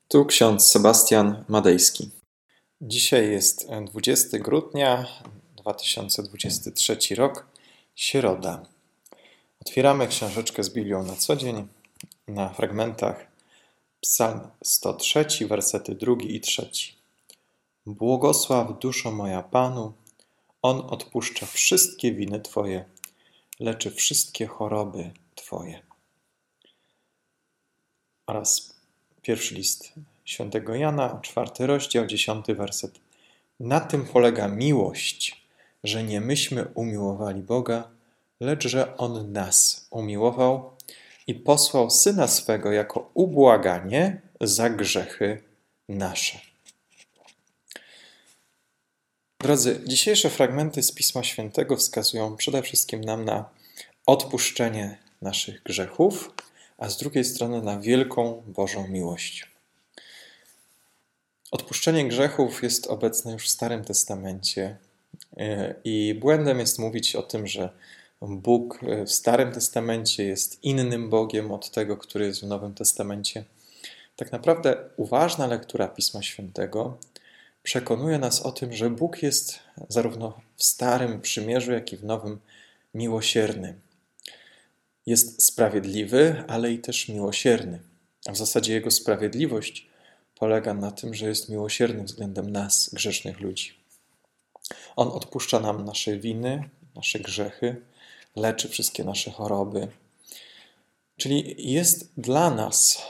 Tu ksiądz Sebastian Madejski. Dzisiaj jest 20 grudnia 2023 rok, środa. Otwieramy książeczkę z Biblią na co dzień na fragmentach Psalm 103, wersety 2 i 3. Błogosław duszo moja Panu, On odpuszcza wszystkie winy Twoje, leczy wszystkie choroby Twoje. Oraz pierwszy list świętego Jana, 4 rozdział, 10 werset. Na tym polega miłość, że nie myśmy umiłowali Boga, lecz że On nas umiłował i posłał Syna swego jako ubłaganie za grzechy nasze. Drodzy, dzisiejsze fragmenty z Pisma Świętego wskazują przede wszystkim nam na odpuszczenie naszych grzechów, a z drugiej strony na wielką Bożą miłość. Odpuszczenie grzechów jest obecne już w Starym Testamencie i błędem jest mówić o tym, że Bóg w Starym Testamencie jest innym Bogiem od tego, który jest w Nowym Testamencie. Tak naprawdę uważna lektura Pisma Świętego przekonuje nas o tym, że Bóg jest zarówno w Starym Przymierzu, jak i w Nowym miłosierny. Jest sprawiedliwy, ale i też miłosierny. A w zasadzie Jego sprawiedliwość polega na tym, że jest miłosierny względem nas, grzesznych ludzi. On odpuszcza nam nasze winy, nasze grzechy, leczy wszystkie nasze choroby. Czyli jest dla nas.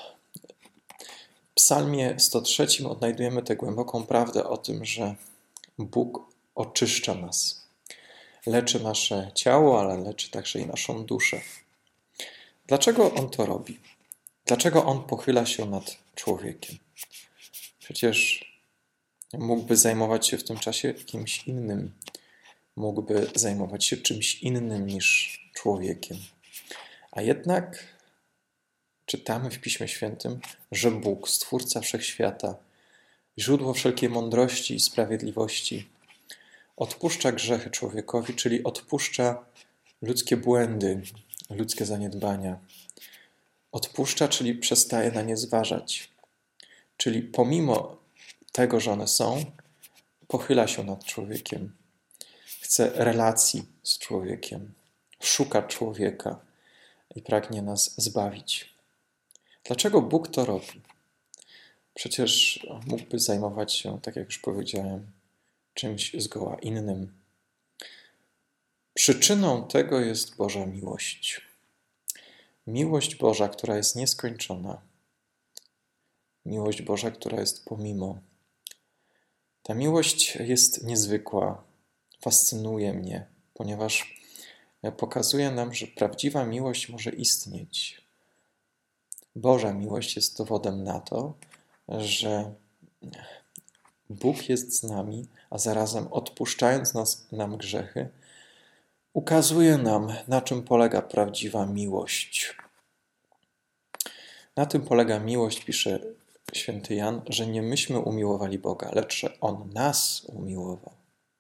W Psalmie 103 odnajdujemy tę głęboką prawdę o tym, że Bóg oczyszcza nas. Leczy nasze ciało, ale leczy także i naszą duszę. Dlaczego On to robi? Dlaczego On pochyla się nad człowiekiem? Przecież mógłby zajmować się w tym czasie kimś innym. Mógłby zajmować się czymś innym niż człowiekiem. A jednak czytamy w Piśmie Świętym, że Bóg, Stwórca Wszechświata, źródło wszelkiej mądrości i sprawiedliwości, odpuszcza grzechy człowiekowi, czyli odpuszcza ludzkie błędy, ludzkie zaniedbania. Odpuszcza, czyli przestaje na nie zważać. Czyli pomimo tego, że one są, pochyla się nad człowiekiem. Chce relacji z człowiekiem. Szuka człowieka i pragnie nas zbawić. Dlaczego Bóg to robi? Przecież mógłby zajmować się, tak jak już powiedziałem, czymś zgoła innym. Przyczyną tego jest Boża miłość. Miłość Boża, która jest nieskończona. Miłość Boża, która jest pomimo. Ta miłość jest niezwykła, fascynuje mnie, ponieważ pokazuje nam, że prawdziwa miłość może istnieć. Boża miłość jest dowodem na to, że Bóg jest z nami, a zarazem odpuszczając nam grzechy, ukazuje nam, na czym polega prawdziwa miłość. Na tym polega miłość, pisze święty Jan, że nie myśmy umiłowali Boga, lecz że On nas umiłował.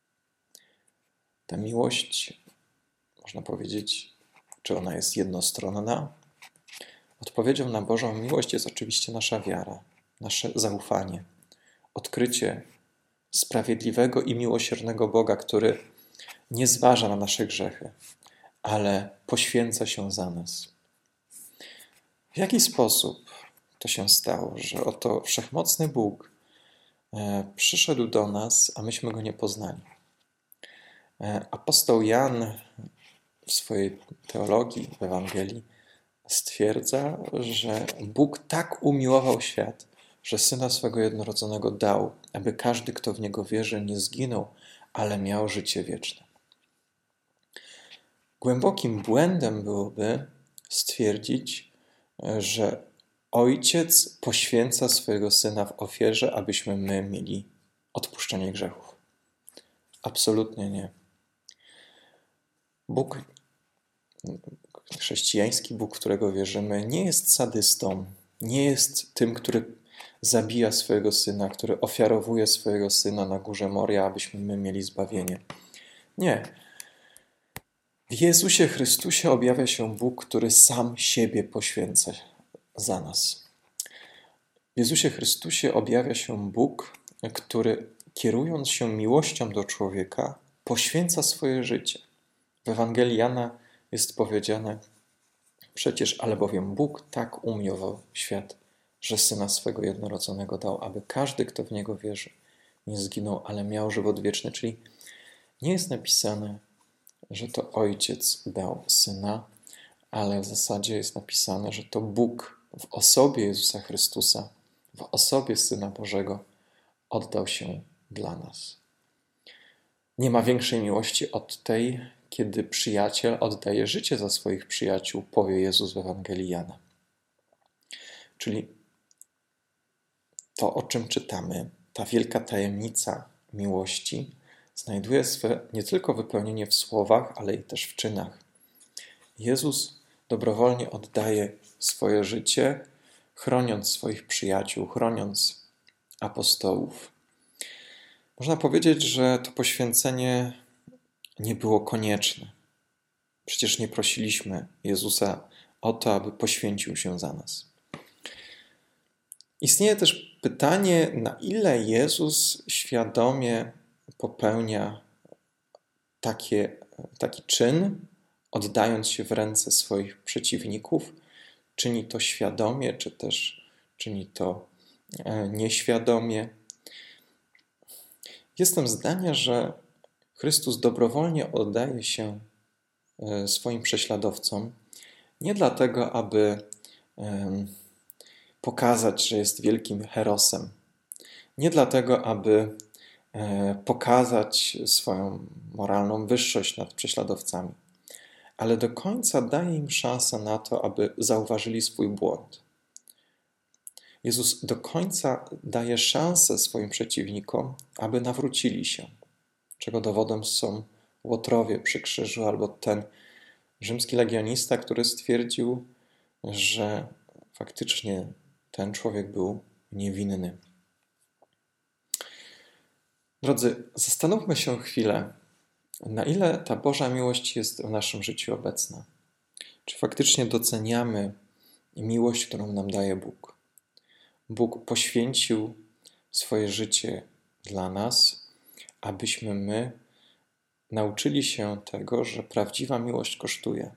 Ta miłość, można powiedzieć, czy ona jest jednostronna? Odpowiedzią na Bożą miłość jest oczywiście nasza wiara, nasze zaufanie, odkrycie sprawiedliwego i miłosiernego Boga, który nie zważa na nasze grzechy, ale poświęca się za nas. W jaki sposób to się stało, że oto wszechmocny Bóg przyszedł do nas, a myśmy Go nie poznali? Apostoł Jan w swojej teologii, w Ewangelii stwierdza, że Bóg tak umiłował świat, że Syna swego jednorodzonego dał, aby każdy, kto w Niego wierzy, nie zginął, ale miał życie wieczne. Głębokim błędem byłoby stwierdzić, że Ojciec poświęca swojego Syna w ofierze, abyśmy my mieli odpuszczenie grzechów. Absolutnie nie. Bóg, chrześcijański Bóg, w którego wierzymy, nie jest sadystą, nie jest tym, który zabija swojego Syna, który ofiarowuje swojego Syna na górze Moria, abyśmy my mieli zbawienie. Nie. W Jezusie Chrystusie objawia się Bóg, który sam siebie poświęca za nas. Jezusie Chrystusie objawia się Bóg, który kierując się miłością do człowieka, poświęca swoje życie. W Ewangelii Jana jest powiedziane: przecież albowiem Bóg tak umiłował świat, że Syna swego jednorodzonego dał, aby każdy, kto w Niego wierzy, nie zginął, ale miał żywot wieczny. Czyli nie jest napisane, że to Ojciec dał Syna, ale w zasadzie jest napisane, że to Bóg w osobie Jezusa Chrystusa, w osobie Syna Bożego oddał się dla nas. Nie ma większej miłości od tej, kiedy przyjaciel oddaje życie za swoich przyjaciół, powie Jezus w Ewangelii Jana. Czyli to, o czym czytamy, ta wielka tajemnica miłości, znajduje swe nie tylko wypełnienie w słowach, ale i też w czynach. Jezus dobrowolnie oddaje swoje życie, chroniąc swoich przyjaciół, chroniąc apostołów. Można powiedzieć, że to poświęcenie nie było konieczne. Przecież nie prosiliśmy Jezusa o to, aby poświęcił się za nas. Istnieje też pytanie, na ile Jezus świadomie popełnia taki czyn, oddając się w ręce swoich przeciwników. Czyni to świadomie, czy też czyni to nieświadomie. Jestem zdania, że Chrystus dobrowolnie oddaje się swoim prześladowcom nie dlatego, aby pokazać, że jest wielkim herosem. Nie dlatego, aby pokazać swoją moralną wyższość nad prześladowcami, ale do końca daje im szansę na to, aby zauważyli swój błąd. Jezus do końca daje szansę swoim przeciwnikom, aby nawrócili się, czego dowodem są łotrowie przy krzyżu albo ten rzymski legionista, który stwierdził, że faktycznie ten człowiek był niewinny. Drodzy, zastanówmy się chwilę, na ile ta Boża miłość jest w naszym życiu obecna. Czy faktycznie doceniamy miłość, którą nam daje Bóg? Bóg poświęcił swoje życie dla nas, abyśmy my nauczyli się tego, że prawdziwa miłość kosztuje.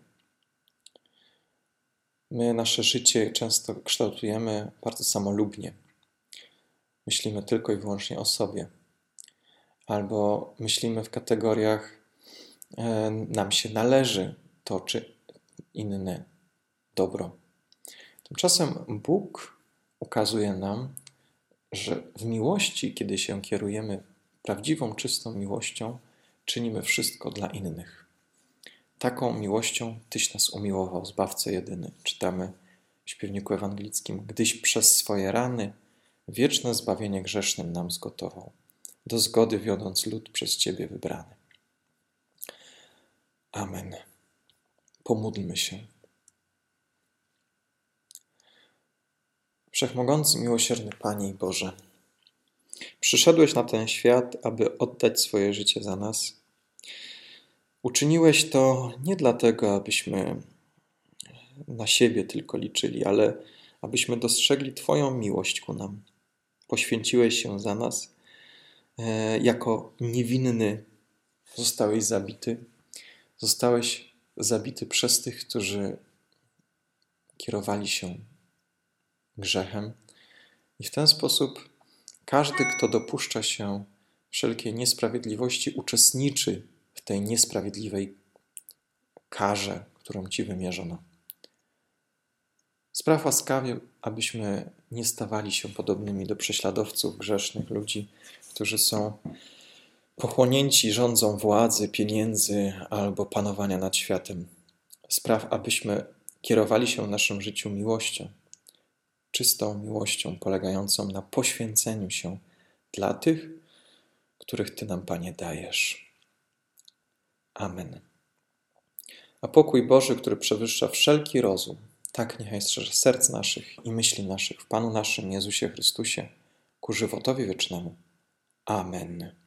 My nasze życie często kształtujemy bardzo samolubnie. Myślimy tylko i wyłącznie o sobie. Albo myślimy w kategoriach nam się należy to czy inne dobro. Tymczasem Bóg ukazuje nam, że w miłości, kiedy się kierujemy prawdziwą, czystą miłością, czynimy wszystko dla innych. Taką miłością Tyś nas umiłował, Zbawco jedyny. Czytamy w śpiewniku ewangelickim: gdyś przez swoje rany wieczne zbawienie grzesznym nam zgotował, do zgody wiodąc lud przez Ciebie wybrany. Amen. Pomódlmy się. Wszechmogący, miłosierny Panie i Boże, przyszedłeś na ten świat, aby oddać swoje życie za nas. Uczyniłeś to nie dlatego, abyśmy na siebie tylko liczyli, ale abyśmy dostrzegli Twoją miłość ku nam. Poświęciłeś się za nas. Jako niewinny zostałeś zabity. Zostałeś zabity przez tych, którzy kierowali się grzechem. I w ten sposób każdy, kto dopuszcza się wszelkiej niesprawiedliwości, uczestniczy w tej niesprawiedliwej karze, którą Ci wymierzono. Spraw łaskawie, abyśmy nie stawali się podobnymi do prześladowców grzesznych, ludzi, którzy są pochłonięci rządzą władzy, pieniędzy albo panowania nad światem. Spraw, abyśmy kierowali się w naszym życiu miłością, czystą miłością polegającą na poświęceniu się dla tych, których Ty nam, Panie, dajesz. Amen. A pokój Boży, który przewyższa wszelki rozum, tak niechaj strzeże serc naszych i myśli naszych w Panu naszym Jezusie Chrystusie ku żywotowi wiecznemu. Amen.